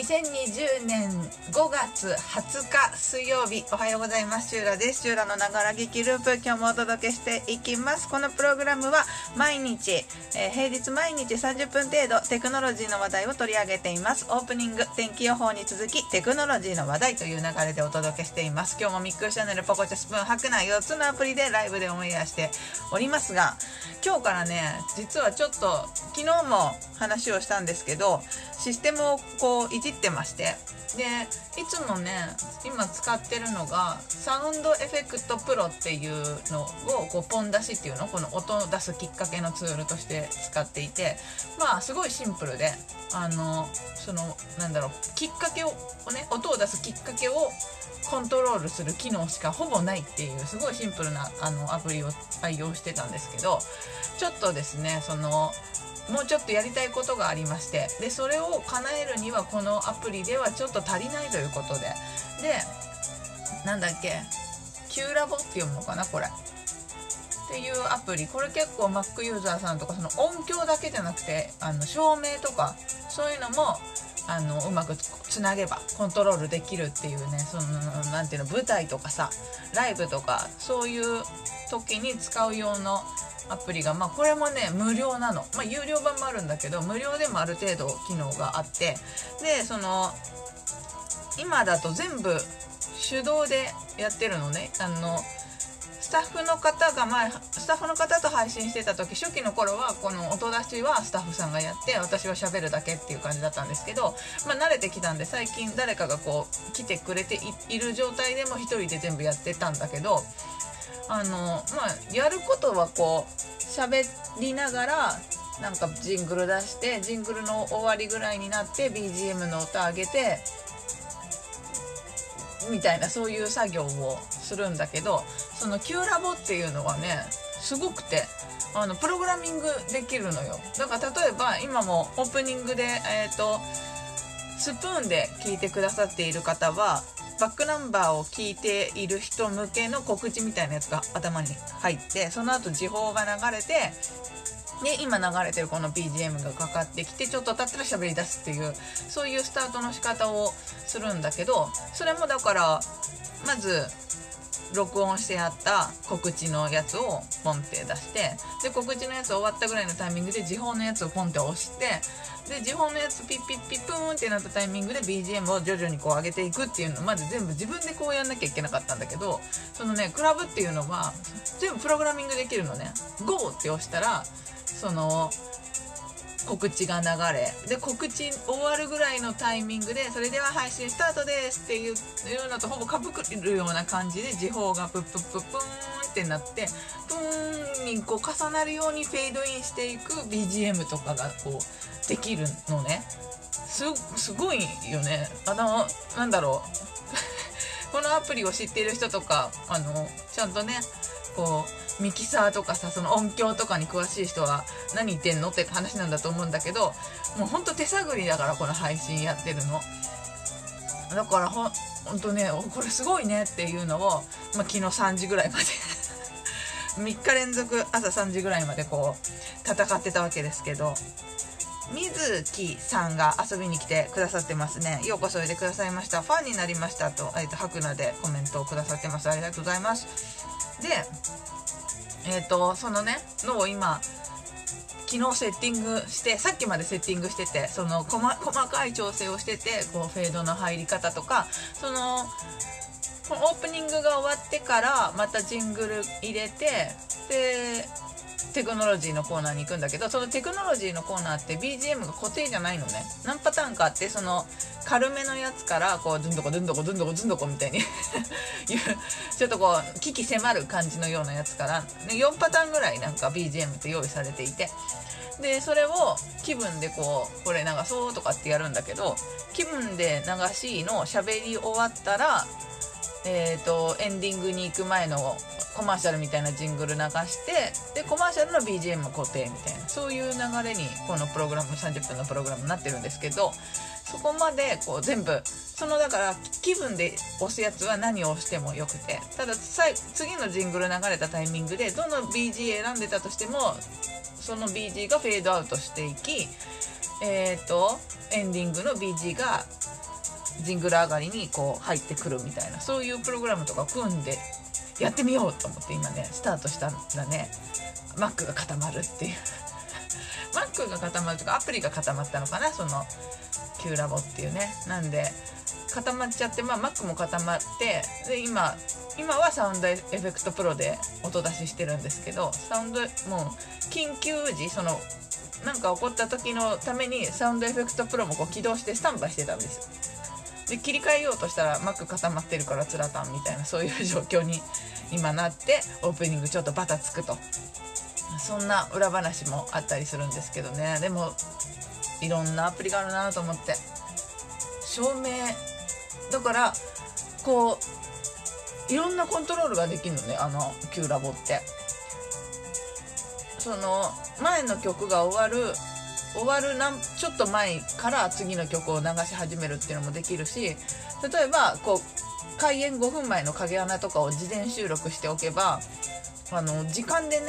2020年5月20日水曜日、おはようございます。シューラです。シューラのながら劇ループ、今日もお届けしていきます。このプログラムは毎日、平日毎日30分程度テクノロジーの話題を取り上げています。オープニング、天気予報に続きテクノロジーの話題という流れでお届けしています。今日もミックスチャンネル、ポコチャ、スプーン、ハクナ4つのアプリでライブでオンエアしておりますが、今日からね、実はちょっと昨日も話をしたんですけど、システムをこういじってまして、でいつもね今使ってるのがサウンドエフェクトプロっていうのをこうポン出しっていうの、この音を出すきっかけのツールとして使っていて、まあすごいシンプルで、きっかけをね、音を出すきっかけをコントロールする機能しかほぼないっていうすごいシンプルなアプリを愛用してたんですけど、ちょっとですねもうちょっとやりたいことがありまして、でそれを叶えるにはこのアプリではちょっと足りないということで、なんだっけ、キューラボって読むのかな、これっていうアプリ、これ結構 Mac ユーザーさんとか、その音響だけじゃなくて照明とかそういうのもうまくつなげばコントロールできるっていうね、なんていうの、舞台とかさ、ライブとかそういう時に使う用のアプリが、これもね無料なの、有料版もあるんだけど無料でもある程度機能があって、で今だと全部手動でやってるのね。スタッフの方と配信してた時、初期の頃はこの音出しはスタッフさんがやって、私は喋るだけっていう感じだったんですけど、慣れてきたんで最近誰かがこう来てくれて いる状態でも一人で全部やってたんだけど、やることはこう喋りながらなんかジングル出して、ジングルの終わりぐらいになって BGM の音上げてみたいな、そういう作業をするんだけど、その Q ラボっていうのはねすごくてプログラミングできるのよ。だから例えば今もオープニングでスプーンで聞いてくださっている方はバックナンバーを聞いている人向けの告知みたいなやつが頭に入って、その後時報が流れて、で今流れてるこの BGM がかかってきて、ちょっと経ったら喋り出すっていう、そういうスタートの仕方をするんだけど、それもだからまず録音してあった告知のやつをポンって出して、で告知のやつ終わったぐらいのタイミングで時報のやつをポンって押して、で時報のやつピッピッピップーンってなったタイミングで BGM を徐々にこう上げていくっていうのをまず全部自分でこうやんなきゃいけなかったんだけど、そのねクラブっていうのは全部プログラミングできるのね。 GO って押したらその告知が流れで、告知終わるぐらいのタイミングでそれでは配信スタートですっていうのとほぼかぶるような感じで時報がプップップップーンってなって、プーンにこう重なるようにフェードインしていく BGM とかがこうできるのね。すごいよね。なんだろうこのアプリを知っている人とかちゃんとねこうミキサーとかさ、その音響とかに詳しい人は何言ってんのって話なんだと思うんだけど、もうほんと手探りだからこの配信やってるのだからほんとね、これすごいねっていうのを、昨日3時ぐらいまで3日連続朝3時ぐらいまでこう戦ってたわけですけど、水木さんが遊びに来てくださってますね。ようこそおいでくださいました。ファンになりましたと、ハクナでコメントをくださってます。ありがとうございます。でそのねのを今昨日セッティングして、さっきまでセッティングしてて、その細かい調整をしてて、こうフェードの入り方とか、このオープニングが終わってからまたジングル入れて、でテクノロジーのコーナーに行くんだけど、そのテクノロジーのコーナーって BGM が固定じゃないのね。何パターンかあって、その軽めのやつからこうズンドコズンドコズンドコズンドコみたいにちょっとこう危機迫る感じのようなやつから4パターンぐらいなんか BGM って用意されていて、でそれを気分でこれ流そうとかってやるんだけど、気分で流しの喋り終わったらエンディングに行く前のコマーシャルみたいなジングル流して、でコマーシャルの BGM 固定みたいな、そういう流れにこのプログラム30分のプログラムになってるんですけど、そこまでこう全部だから気分で押すやつは何を押してもよくて、ただ次のジングル流れたタイミングでどの BG 選んでたとしてもその BG がフェードアウトしていき、 エンディングの BG がジングル上がりにこう入ってくるみたいな、そういうプログラムとか組んでやってみようと思って今ねスタートしたらね、Mac が固まるっていうMac が固まるというかアプリが固まったのかな、その Q ラボっていうね。なんで固まっちゃって、Mac も固まって、で今はサウンドエフェクトプロで音出ししてるんですけど、サウンドもう緊急時、そのなんか起こった時のためにサウンドエフェクトプロもこう起動してスタンバイしてたんですよ。で切り替えようとしたら Mac 固まってるからつらたんみたいな、そういう状況に今なって、オープニングちょっとバタつくと、そんな裏話もあったりするんですけどね。でもいろんなアプリがあるなと思って、照明だからこういろんなコントロールができるのね、Q ラボって。その前の曲が終わるちょっと前から次の曲を流し始めるっていうのもできるし、例えばこう開演5分前の影穴とかを事前収録しておけば時間でね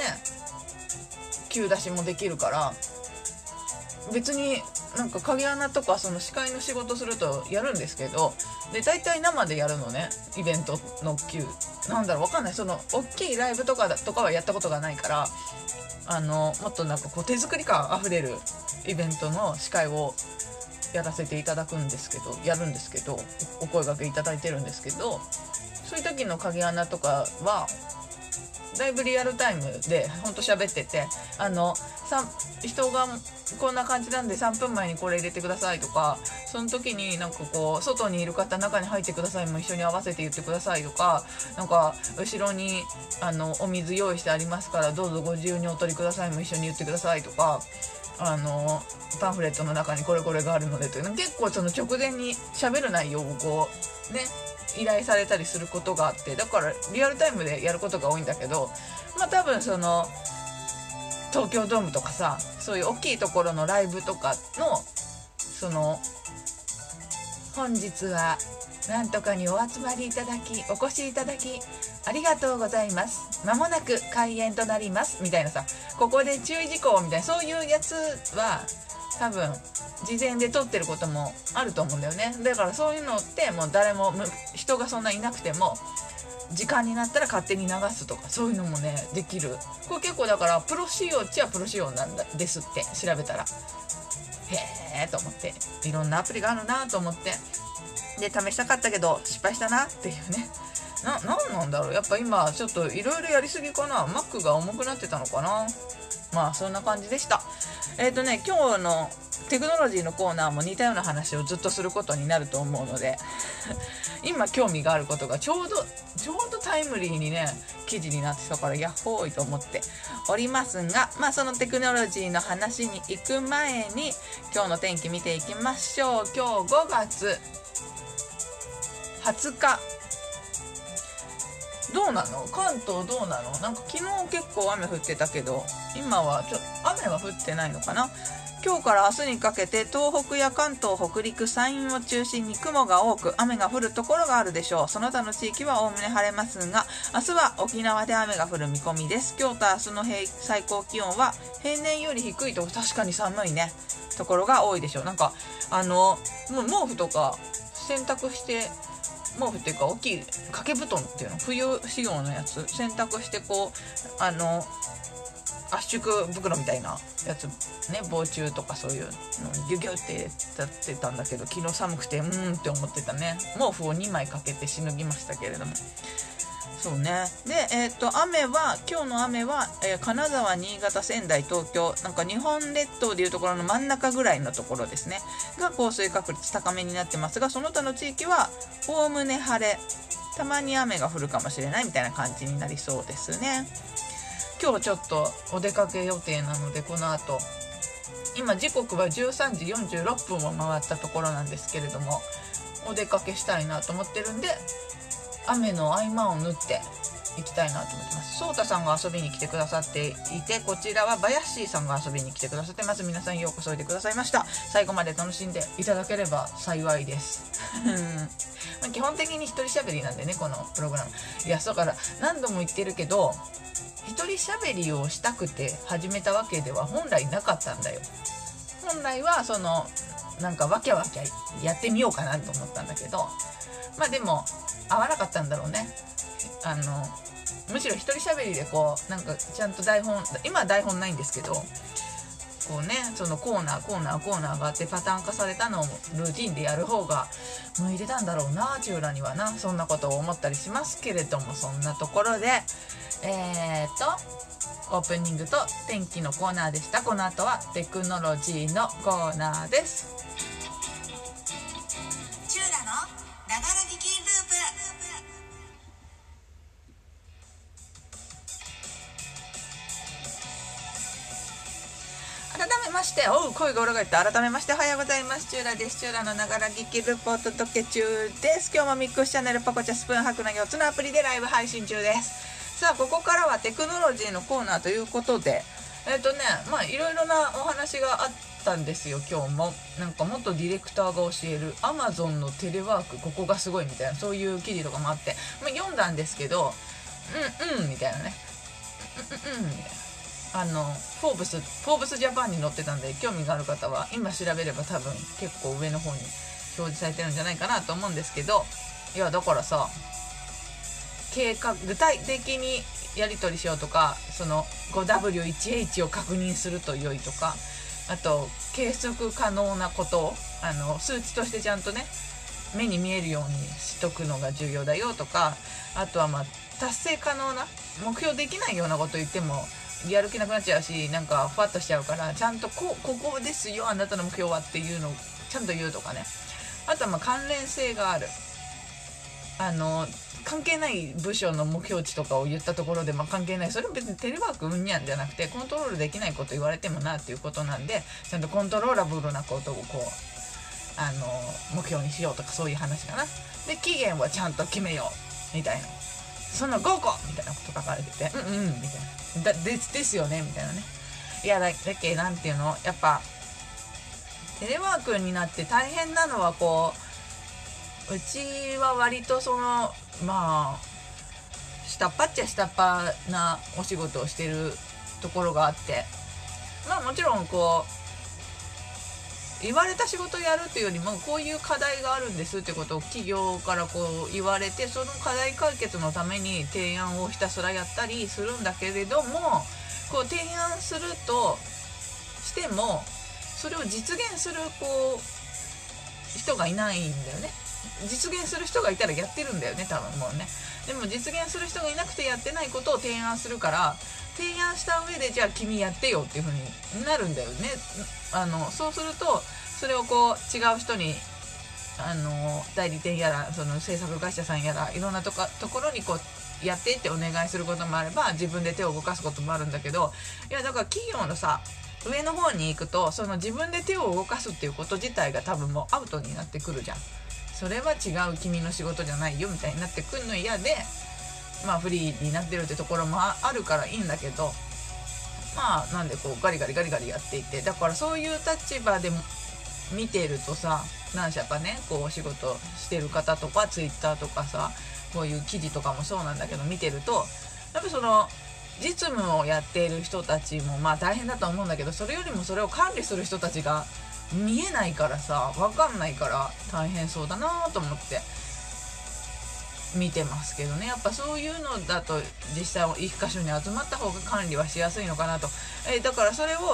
Q出しもできるから、別になんか影穴とかその司会の仕事するとやるんですけど、で大体生でやるのね、イベントの Q なんだろう、わかんない、その大きいライブとかはやったことがないから、もっとなんかこう手作り感あふれるイベントの司会をやるんですけどお声掛けいただいてるんですけど、そういう時の影穴とかはだいぶリアルタイムでほんと喋ってて、人がこんな感じなんで3分前にこれ入れてくださいとか、その時になんかこう外にいる方中に入ってくださいも一緒に合わせて言ってくださいとか、なんか後ろにお水用意してありますからどうぞご自由にお取りくださいも一緒に言ってくださいとか、パンフレットの中にこれがあるのでというの、結構その直前に喋る内容をこうね依頼されたりすることがあって、だからリアルタイムでやることが多いんだけど、多分その東京ドームとかさ、そういう大きいところのライブとかのその本日はなんとかにお集まりいただきお越しいただきありがとうございます、間もなく開演となりますみたいなさ、ここで注意事項みたいな、そういうやつは多分事前で撮ってることもあると思うんだよね。だからそういうのってもう誰も人がそんないなくても時間になったら勝手に流すとか、そういうのもねできる。これ結構だからプロ仕様っちゃプロ仕様なんですって調べたら、へえと思って、いろんなアプリがあるなと思って、で試したかったけど失敗したなっていうね。なんだろう、やっぱ今ちょっといろいろやりすぎかな、Mac が重くなってたのかな。そんな感じでした。今日のテクノロジーのコーナーも似たような話をずっとすることになると思うので今興味があることがちょうどタイムリーにね記事になってたからヤッホーイと思っておりますが、そのテクノロジーの話に行く前に今日の天気見ていきましょう。今日5月20日どうなの？関東どうなの？なんか昨日結構雨降ってたけど今は雨は降ってないのかな。今日から明日にかけて東北や関東、北陸、山陰を中心に雲が多く雨が降るところがあるでしょう。その他の地域はおおむね晴れますが、明日は沖縄で雨が降る見込みです。今日と明日の最高気温は平年より低いと確かに寒いねところが多いでしょう。なんかもう毛布とか洗濯して毛布っていうか大きい掛け布団っていうの冬仕様のやつ洗濯してこう圧縮袋みたいなやつね、防虫とかそういうのギュギュってやってたんだけど、昨日寒くてって思ってたね。毛布を2枚かけてしのぎましたけれども、そうね。で雨は今日の雨は、金沢、新潟、仙台、東京、なんか日本列島でいうところの真ん中ぐらいのところですねが降水確率高めになってますが、その他の地域はおおむね晴れ、たまに雨が降るかもしれないみたいな感じになりそうですね。今日ちょっとお出かけ予定なので、この後今時刻は13時46分を回ったところなんですけれども、お出かけしたいなと思ってるんで雨の合間を縫って行きたいなと思ってます。ソータさんが遊びに来てくださっていて、こちらはバヤッシーさんが遊びに来てくださってます。皆さんようこそおいでくださいました。最後まで楽しんでいただければ幸いです基本的に一人喋りなんでね、このプログラム。いや、だから何度も言ってるけど、一人喋りをしたくて始めたわけでは本来なかったんだよ。本来はそのなんかわきゃわきゃやってみようかなと思ったんだけど、まあでも合わなかったんだろうね。むしろ一人喋りでこうなんかちゃんと台本、今は台本ないんですけど、こうね、そのコーナーがあってパターン化されたのをルーティンでやる方が向いてたんだろうな、チューラにはな。そんなことを思ったりしますけれども、そんなところでオープニングと天気のコーナーでした。この後はテクノロジーのコーナーです。 チューラのながら聞きループ。 改めまして、声が裏返って、改めましておはようございます。チューラです。チューラのながら聞きループをお届け中です。今日もミックスチャンネルパコチャスプーンハクの4つのアプリでライブ配信中です。さあここからはテクノロジーのコーナーということで、まあいろいろなお話があったんですよ。今日もなんか元ディレクターが教える Amazon のテレワークここがすごいみたいな、そういう記事とかもあって、まあ、読んだんですけどみたいなね、みたいな。フォーブスジャパンに載ってたんで、興味がある方は今調べれば多分結構上の方に表示されてるんじゃないかなと思うんですけど、いやだからさ、具体的にやり取りしようとか、その 5W1H を確認すると良いとか、あと計測可能なことを数値としてちゃんとね目に見えるようにしとくのが重要だよとか、あとはまあ達成可能な目標できないようなこと言ってもやる気なくなっちゃうし、なんかふわっとしちゃうから、ちゃんとここですよあなたの目標はっていうのをちゃんと言うとかね。あとはまあ関連性がある、関係ない部署の目標値とかを言ったところで、まあ、関係ない、それは別にテレワークうんにゃんじゃなくて、コントロールできないこと言われてもなっていうことなんで、ちゃんとコントローラブルなことをこう目標にしようとか、そういう話かな。で期限はちゃんと決めようみたいな、その5個みたいなこと書かれてて、みたいな、ですよねみたいなね。いやだけなんていうの、やっぱテレワークになって大変なのは、こうちは割とそのまあ下っ端っちゃ下っ端なお仕事をしてるところがあって、まあもちろんこう言われた仕事をやるっていうよりも、こういう課題があるんですってことを企業からこう言われて、その課題解決のために提案をひたすらやったりするんだけれども、こう提案するとしてもそれを実現するこう人がいないんだよね。実現する人がいたらやってるんだよね多分もうね。でも実現する人がいなくてやってないことを提案するから、提案した上でじゃあ君やってよっていう風になるんだよね。そうするとそれをこう違う人に代理店やらその制作会社さんやらいろんなところにこうやってってお願いすることもあれば、自分で手を動かすこともあるんだけど、いやだから企業のさ上の方に行くと、その自分で手を動かすっていうこと自体が多分もうアウトになってくるじゃん。それは違う、君の仕事じゃないよみたいになってくるの嫌で、まあフリーになってるってところもあるからいいんだけど、まあなんでこうガリガリやっていて、だからそういう立場で見てるとさ、何社かねこうお仕事してる方とかツイッターとかさ、こういう記事とかもそうなんだけど見てると、やっぱその実務をやっている人たちもまあ大変だと思うんだけど、それよりもそれを管理する人たちが見えないからさ、分かんないから大変そうだなと思って見てますけどね。やっぱそういうのだと実際一箇所に集まった方が管理はしやすいのかなと。だからそれを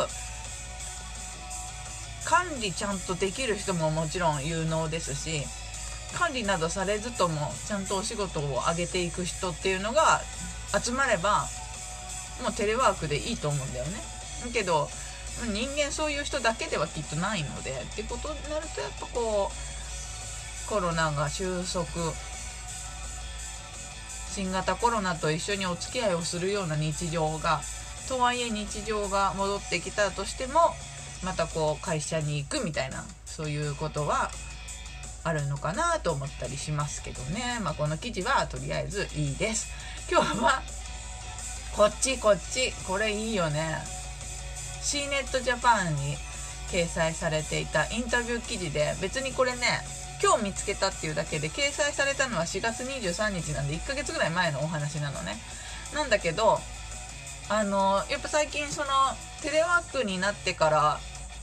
管理ちゃんとできる人ももちろん有能ですし、管理などされずともちゃんとお仕事を上げていく人っていうのが集まれば、もうテレワークでいいと思うんだよね。だけど人間そういう人だけではきっとないので、ってことになるとやっぱこうコロナが収束、新型コロナと一緒にお付き合いをするような日常が、とはいえ日常が戻ってきたとしてもまたこう会社に行くみたいな、そういうことはあるのかなと思ったりしますけどね。まあこの記事はとりあえずいいです。今日はこっちこれいいよね。C ネットジャパンに掲載されていたインタビュー記事で、別にこれね今日見つけたっていうだけで掲載されたのは4月23日なんで1ヶ月ぐらい前のお話なのね。なんだけどやっぱ最近そのテレワークになってから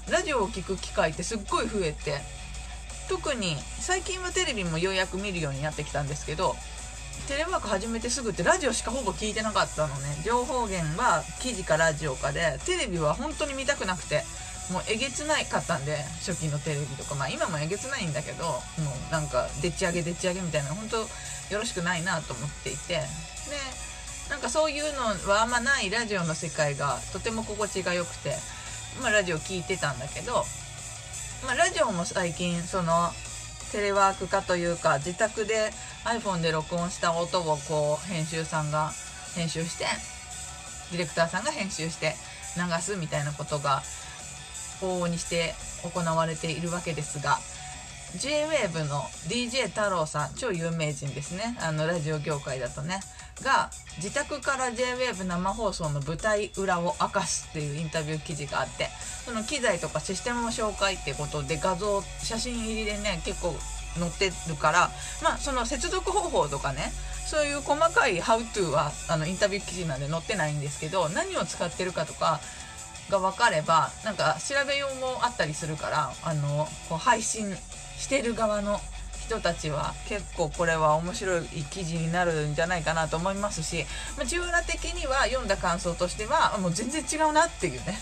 ラジオを聞く機会ってすっごい増えて、特に最近はテレビもようやく見るようになってきたんですけど、テレワーク始めてすぐってラジオしかほぼ聞いてなかったのね。情報源は記事かラジオかで、テレビは本当に見たくなくて、もうえげつないかったんで、初期のテレビとか、まあ今もえげつないんだけど、もうなんかでっち上げみたいな、本当よろしくないなと思っていて、でなんかそういうのはあんまないラジオの世界がとても心地が良くて、まあラジオ聞いてたんだけど、まあラジオも最近そのテレワーク化というか、自宅で iPhone で録音した音をこう編集さんが編集して、ディレクターさんが編集して流すみたいなことが往々にして行われているわけですが、 J-WAVE の DJ 太郎さん、超有名人ですね、ラジオ業界だとね、が自宅から J-WAVE 生放送の舞台裏を明かすっていうインタビュー記事があって、その機材とかシステムの紹介ってことで写真入りでね結構載ってるから、まあその接続方法とかね、そういう細かい How to はインタビュー記事なんで載ってないんですけど、何を使ってるかとかが分かればなんか調べようもあったりするから、こう配信してる側の人たちは結構これは面白い記事になるんじゃないかなと思いますし、まあ、中裏的には読んだ感想としてはもう全然違うなっていうね、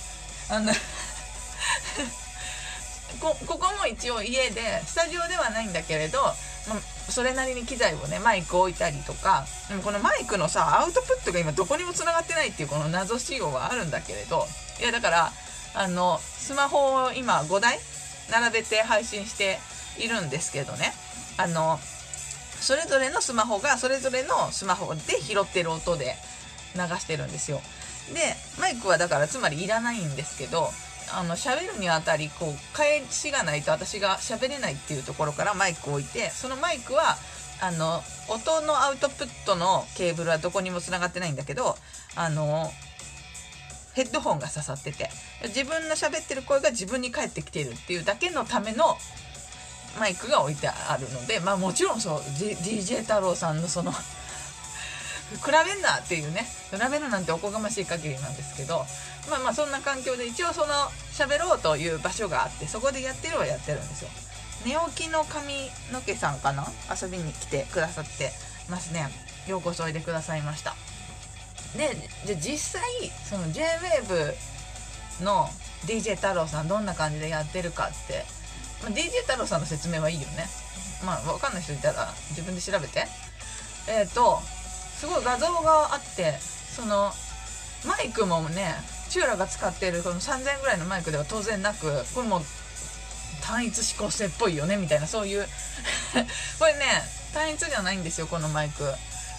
ここも一応家でスタジオではないんだけれど、まあ、それなりに機材をねマイク置いたりとか、でもこのマイクのさアウトプットが今どこにもつながってないっていうこの謎仕様はあるんだけれど、いやだからスマホを今5台並べて配信しているんですけどね、それぞれのスマホがそれぞれのスマホで拾ってる音で流してるんですよ。でマイクはだからつまりいらないんですけど、喋るにあたりこう返しがないと私が喋れないっていうところからマイクを置いて、そのマイクは音のアウトプットのケーブルはどこにもつながってないんだけど、ヘッドホンが刺さってて、自分の喋ってる声が自分に返ってきてるっていうだけのためのマイクが置いてあるので、まあもちろんそう、DJ 太郎さんのその比べんなっていうね、比べるなんておこがましい限りなんですけど、まあまあそんな環境で一応その喋ろうという場所があって、そこでやってるんですよ。寝起きの髪の毛さんかな、遊びに来てくださってますね。ようこそおいでくださいました。で実際その J-WAVE の DJ 太郎さんどんな感じでやってるかって、まあ、DJ 太郎さんの説明はいいよね。まあ分かんない人いたら自分で調べて。すごい画像があって、そのマイクもね、チューラが使っているこの3000円ぐらいのマイクでは当然なく、これも単一指向性っぽいよねみたいな、そういうこれね単一じゃないんですよこのマイク。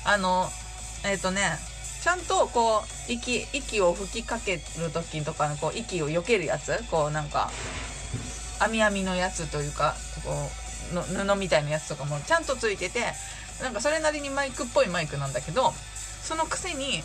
ちゃんとこう息を吹きかける時とかのこう息を避けるやつ、こうなんか網のやつというか、こうの布みたいなやつとかもちゃんとついてて、なんかそれなりにマイクっぽいマイクなんだけど、そのくせに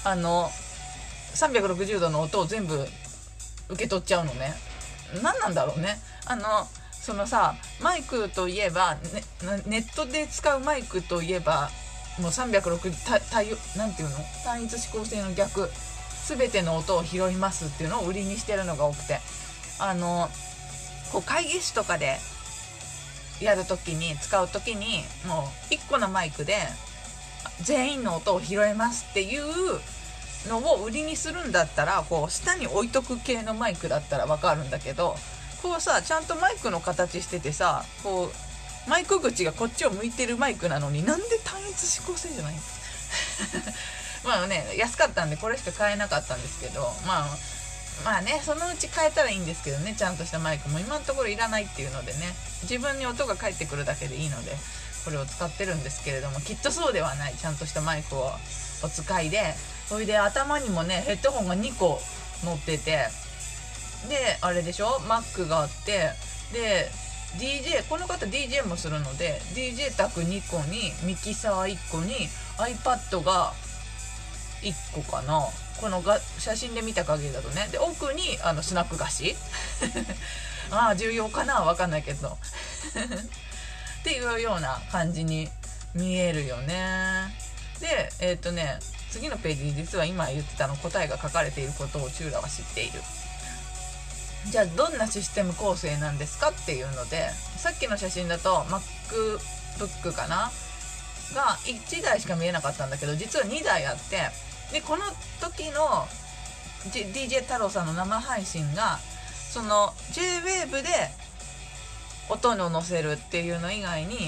360度の音を全部受け取っちゃうのね。何なんだろうね。そのさ、マイクといえば、ネットで使うマイクといえばもう360なんていうの、単一指向性の逆、全ての音を拾いますっていうのを売りにしてるのが多くて、こう会議室とかでやるときに使うときにもう1個のマイクで全員の音を拾えますっていうのを売りにするんだったら、こう下に置いとく系のマイクだったらわかるんだけど、こうさちゃんとマイクの形しててさ、こうマイク口がこっちを向いてるマイクなのになんで単一指向性じゃないのまあね、安かったんでこれしか買えなかったんですけど、まあね、そのうち変えたらいいんですけどね、ちゃんとしたマイクも今のところいらないっていうのでね、自分に音が返ってくるだけでいいのでこれを使ってるんですけれども、きっとそうではない、ちゃんとしたマイクをお使いで、それで頭にもねヘッドホンが2個乗ってて、であれでしょ、Mac があって、で この方 DJ もするので DJ 卓2個にミキサー1個に iPad が1個かな、この写真で見た限りだとね。で奥にスナック菓子ああ重要かな、分かんないけどっていうような感じに見えるよね。で次のページに実は今言ってたの答えが書かれていることをチューラは知っている。 じゃあどんなシステム構成なんですかっていうので、さっきの写真だと MacBook かなが1台しか見えなかったんだけど、実は2台あって、でこの時の、DJ 太郎さんの生配信がその JWAVE で音を乗せるっていうの以外に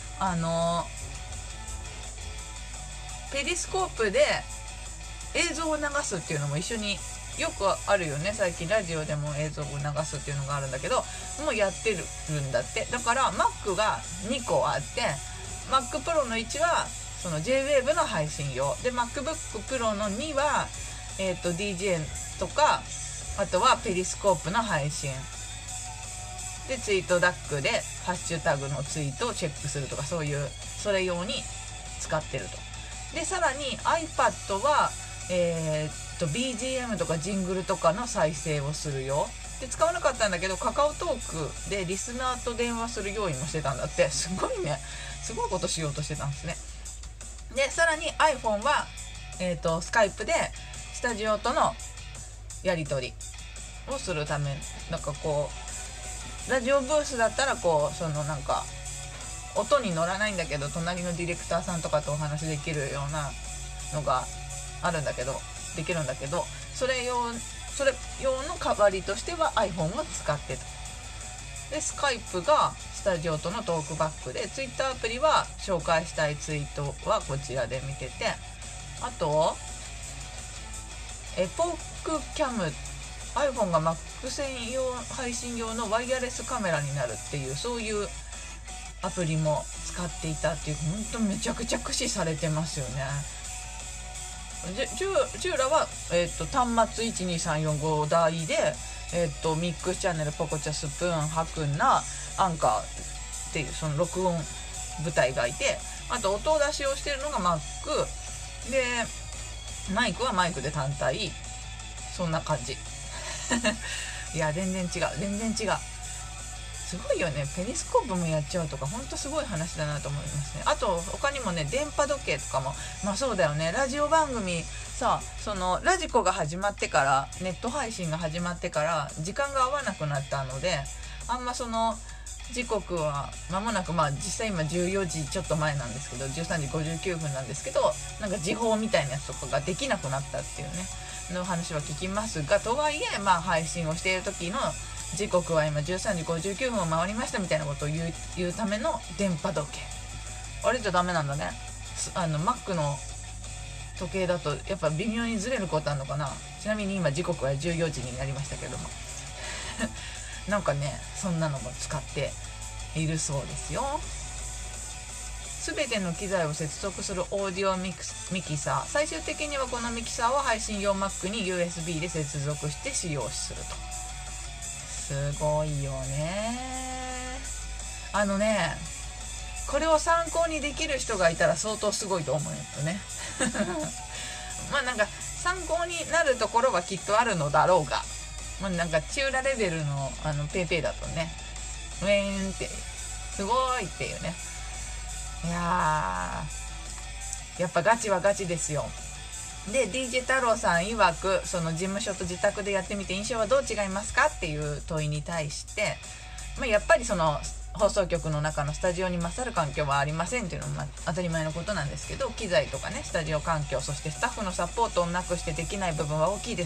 ペリスコープで映像を流すっていうのも一緒によくあるよね。最近ラジオでも映像を流すっていうのがあるんだけど、もうやってるんだって。だから Mac が2個あって、 Mac Pro の1はその JWAVE の配信用で、 MacBook Pro の2は、DJ とか、あとはペリスコープの配信で、ツイートダックでハッシュタグのツイートをチェックするとか、そういうそれ用に使ってると。でさらに iPad はBGM とかジングルとかの再生をするよ。で使わなかったんだけど、カカオトークでリスナーと電話する用意もしてたんだって。すごいね、すごいことしようとしてたんですね。でさらに iPhone は、スカイプでスタジオとのやり取りをするため、なんかこうラジオブースだったらこうそのなんか音に乗らないんだけど、隣のディレクターさんとかとお話できるようなのがあるんだけど、できるんだけど、それ用の代わりとしては iPhone を使ってた。でスカイプがスタジオとのトークバックで、 Twitter アプリは紹介したいツイートはこちらで見てて、あとエポックキャム、 iPhone が Mac 専用配信用のワイヤレスカメラになるっていう、そういうアプリも使っていたっていう、本当めちゃくちゃ駆使されてますよね。ジューラは、端末12345台で、ミックスチャンネル、ポコチャ、スプーン、ハクンナ、アンカーっていうその録音部隊がいて、あと音出しをしてるのが Mac で、マイクはマイクで単体、そんな感じいや全然違うすごいよね。ペリスコープもやっちゃうとか、ほんとすごい話だなと思いますね。あと他にもね、電波時計とかも、まあそうだよね、ラジオ番組さ、そのラジコが始まってから、ネット配信が始まってから時間が合わなくなったので、あんまその時刻は間もなく、まあ実際今14時ちょっと前なんですけど、13時59分なんですけど、なんか時報みたいなやつとかができなくなったっていうねの話は聞きますが、とはいえまあ配信をしている時の時刻は今13時59分を回りましたみたいなことを言うための電波時計、あれじゃダメなんだね。Mac の時計だとやっぱ微妙にずれることあるのかな。ちなみに今時刻は14時になりましたけどもなんかね、そんなのも使っているそうですよ。全ての機材を接続するオーディオミキサー、最終的にはこのミキサーを配信用 Mac に USB で接続して使用すると。すごいよね。これを参考にできる人がいたら相当すごいと思うよねまあなんか参考になるところはきっとあるのだろうが、まあ、なんか中ラレベルのペイペイだとね、ウェーンってすごいっていうね。いやー、やっぱガチはガチですよ。で DJ 太郎さん曰く、その事務所と自宅でやってみて印象はどう違いますかっていう問いに対して、まあ、やっぱりその放送局の中のスタジオに勝る環境はありませんっていうのも当たり前のことなんですけど、機材とかね、スタジオ環境、そしてスタッフのサポートをなくしてできない部分は大きいです。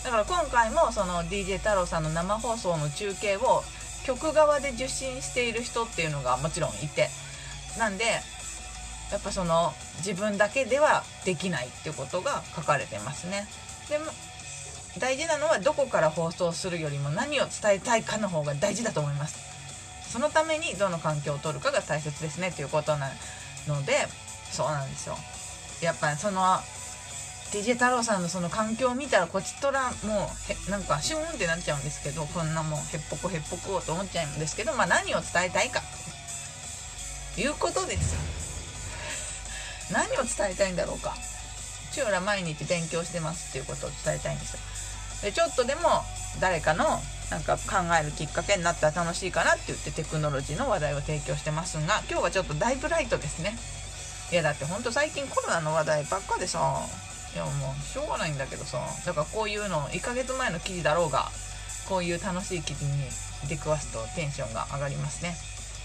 だから今回もその DJ 太郎さんの生放送の中継を局側で受信している人っていうのがもちろんいて、なんでやっぱその自分だけではできないっていうことが書かれてますね。でも大事なのはどこから放送するよりも何を伝えたいかの方が大事だと思います。そのためにどの環境を取るかが大切ですねということなので、そうなんですよ。やっぱりその DJ 太郎さんのその環境を見たらこちとらもうなんかシューンってなっちゃうんですけど、こんなもうへっぽこと思っちゃうんですけど、まあ何を伝えたいかということですよ。何を伝えたいんだろうか。チューラ毎日勉強してますっていうことを伝えたいんですよ。でちょっとでも誰かのなんか考えるきっかけになったら楽しいかなって言ってテクノロジーの話題を提供してますが、今日はちょっとだいぶライトですね。いやだってほんと最近コロナの話題ばっかでさ、いやもうしょうがないんだけどさ、だからこういうの1ヶ月前の記事だろうがこういう楽しい記事に出くわすとテンションが上がりますね。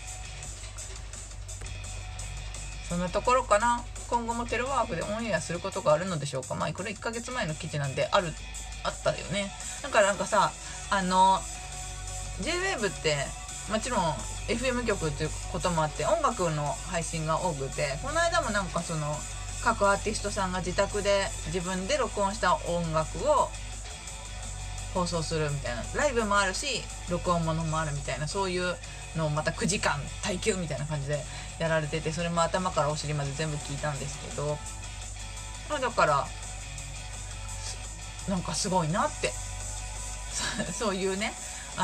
そんなところかな。今後もテレワークでオンエアすることがあるのでしょうか。これ1ヶ月前の記事なんであったよね。だからなんかさ、J-WAVE ってもちろん FM 局っていうこともあって音楽の配信が多くて、この間もなんかその各アーティストさんが自宅で自分で録音した音楽を放送するみたいな、ライブもあるし録音ものもあるみたいな、そういうのをまた9時間耐久みたいな感じでやられてて、それも頭からお尻まで全部聞いたんですけど、だからなんかすごいなってそういうね、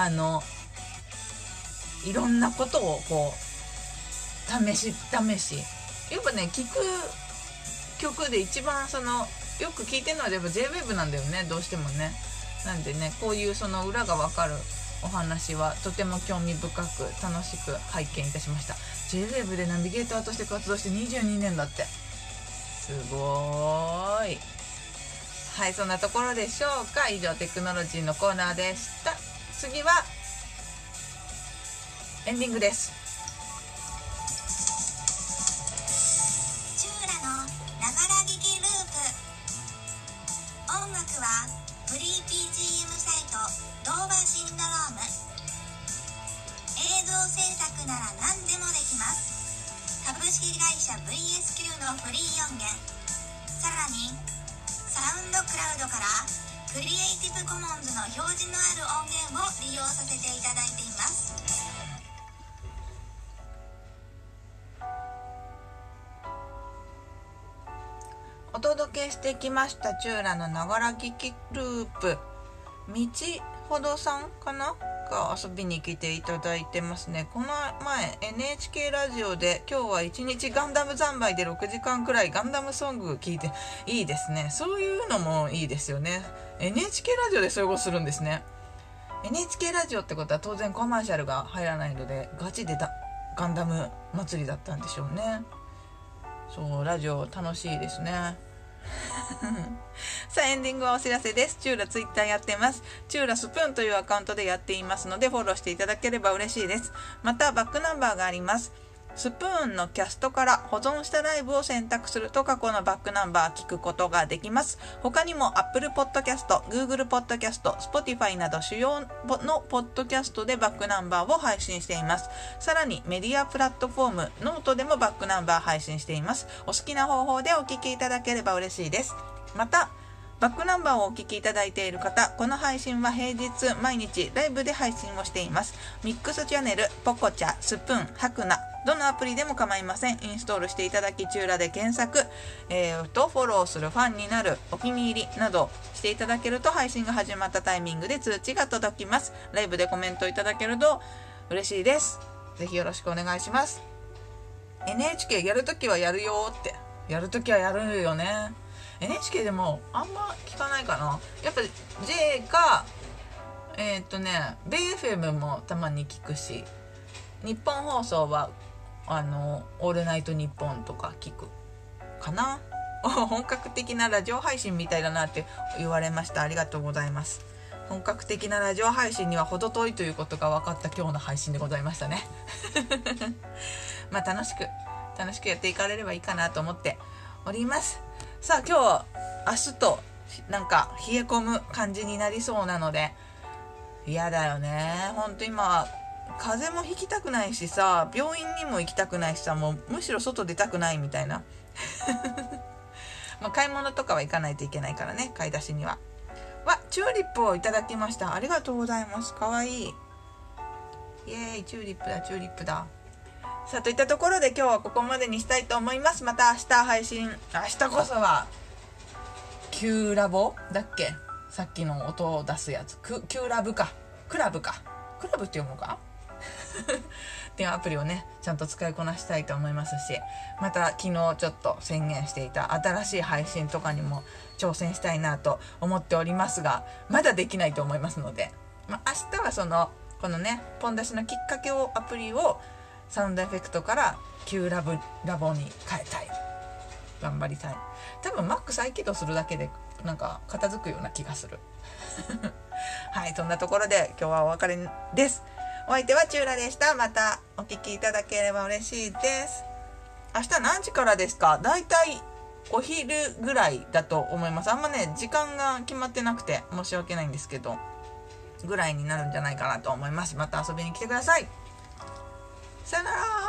いろんなことをこう試しやっぱね、聞く曲で一番よく聞いてるのはやっぱ J-WAVE なんだよね、どうしてもね。なんでね、こういうその裏がわかるお話はとても興味深く楽しく拝見いたしました。 J-WAVE でナビゲーターとして活動して22年だって、すごーい。はい、そんなところでしょうか。以上テクノロジーのコーナーでした。次はエンディングです。 チューラのながら聞きループ。音楽はフリー BGM サイトドーバシンドローム。映像制作なら何でもできます。株式会社 VSQ のフリー音源、さらにサウンドクラウドからクリエイティブコモンズの表示のある音源を利用させていただいています。 お届けしてきましたチューラのながら聞きループ。道ほどさんかなが遊びに来ていただいてますね。この前 NHK ラジオで今日は一日ガンダム三昧で6時間くらいガンダムソング聞いて、いいですね。そういうのもいいですよね。 NHK ラジオでそういうことするんですね。 NHK ラジオってことは当然コマーシャルが入らないのでガチでガンダム祭りだったんでしょうね。そう、ラジオ楽しいですねさあエンディングはお知らせです。チューラツイッターやってます。チューラスプーンというアカウントでやっていますのでフォローしていただければ嬉しいです。またバックナンバーがあります。スプーンのキャストから保存したライブを選択すると過去のバックナンバー聞くことができます。他にも Apple Podcast、Google Podcast、Spotify など主要のポッドキャストでバックナンバーを配信しています。さらにメディアプラットフォームノートでもバックナンバー配信しています。お好きな方法でお聞きいただければ嬉しいです。またバックナンバーをお聞きいただいている方、この配信は平日毎日ライブで配信をしています。ミックスチャンネル、ポコチャ、スプーン、ハクナ、どのアプリでも構いません。インストールしていただき、チューラで検索、フォローする、ファンになる、お気に入りなどしていただけると配信が始まったタイミングで通知が届きます。ライブでコメントいただけると嬉しいです。ぜひよろしくお願いします。 NHK やるときはやるよって、やるときはやるよね。NHK でもあんま聞かないかな。やっぱ J かベイ FM もたまに聞くし、日本放送はオールナイトニッポンとか聞くかな。本格的なラジオ配信みたいだなって言われました。ありがとうございます。本格的なラジオ配信には程遠いということが分かった今日の配信でございましたねまあ楽しくやっていかれればいいかなと思っております。さあ明日となんか冷え込む感じになりそうなので嫌だよね。ほんと今風邪もひきたくないしさ、病院にも行きたくないしさ、もうむしろ外出たくないみたいなまあ買い物とかは行かないといけないからね、買い出しには。チューリップをいただきました。ありがとうございます。かわいい。イエーイ、チューリップだ。さあといったところで今日はここまでにしたいと思います。また明日配信、明日こそは Q ラボだっけ、さっきの音を出すやつ、Q ラブかクラブって読むのかっていうアプリをねちゃんと使いこなしたいと思いますし、また昨日ちょっと宣言していた新しい配信とかにも挑戦したいなと思っておりますが、まだできないと思いますので、明日はこのねポン出しのきっかけをアプリをサウンドエフェクトから Q ラボに変えたい頑張りたい。多分 Mac 再起動するだけでなんか片付くような気がするはい、そんなところで今日はお別れです。お相手はチューラでした。またお聞きいただければ嬉しいです。明日何時からですか？だいたいお昼ぐらいだと思います。あんまね時間が決まってなくて申し訳ないんですけど、ぐらいになるんじゃないかなと思います。また遊びに来てください。さよなら。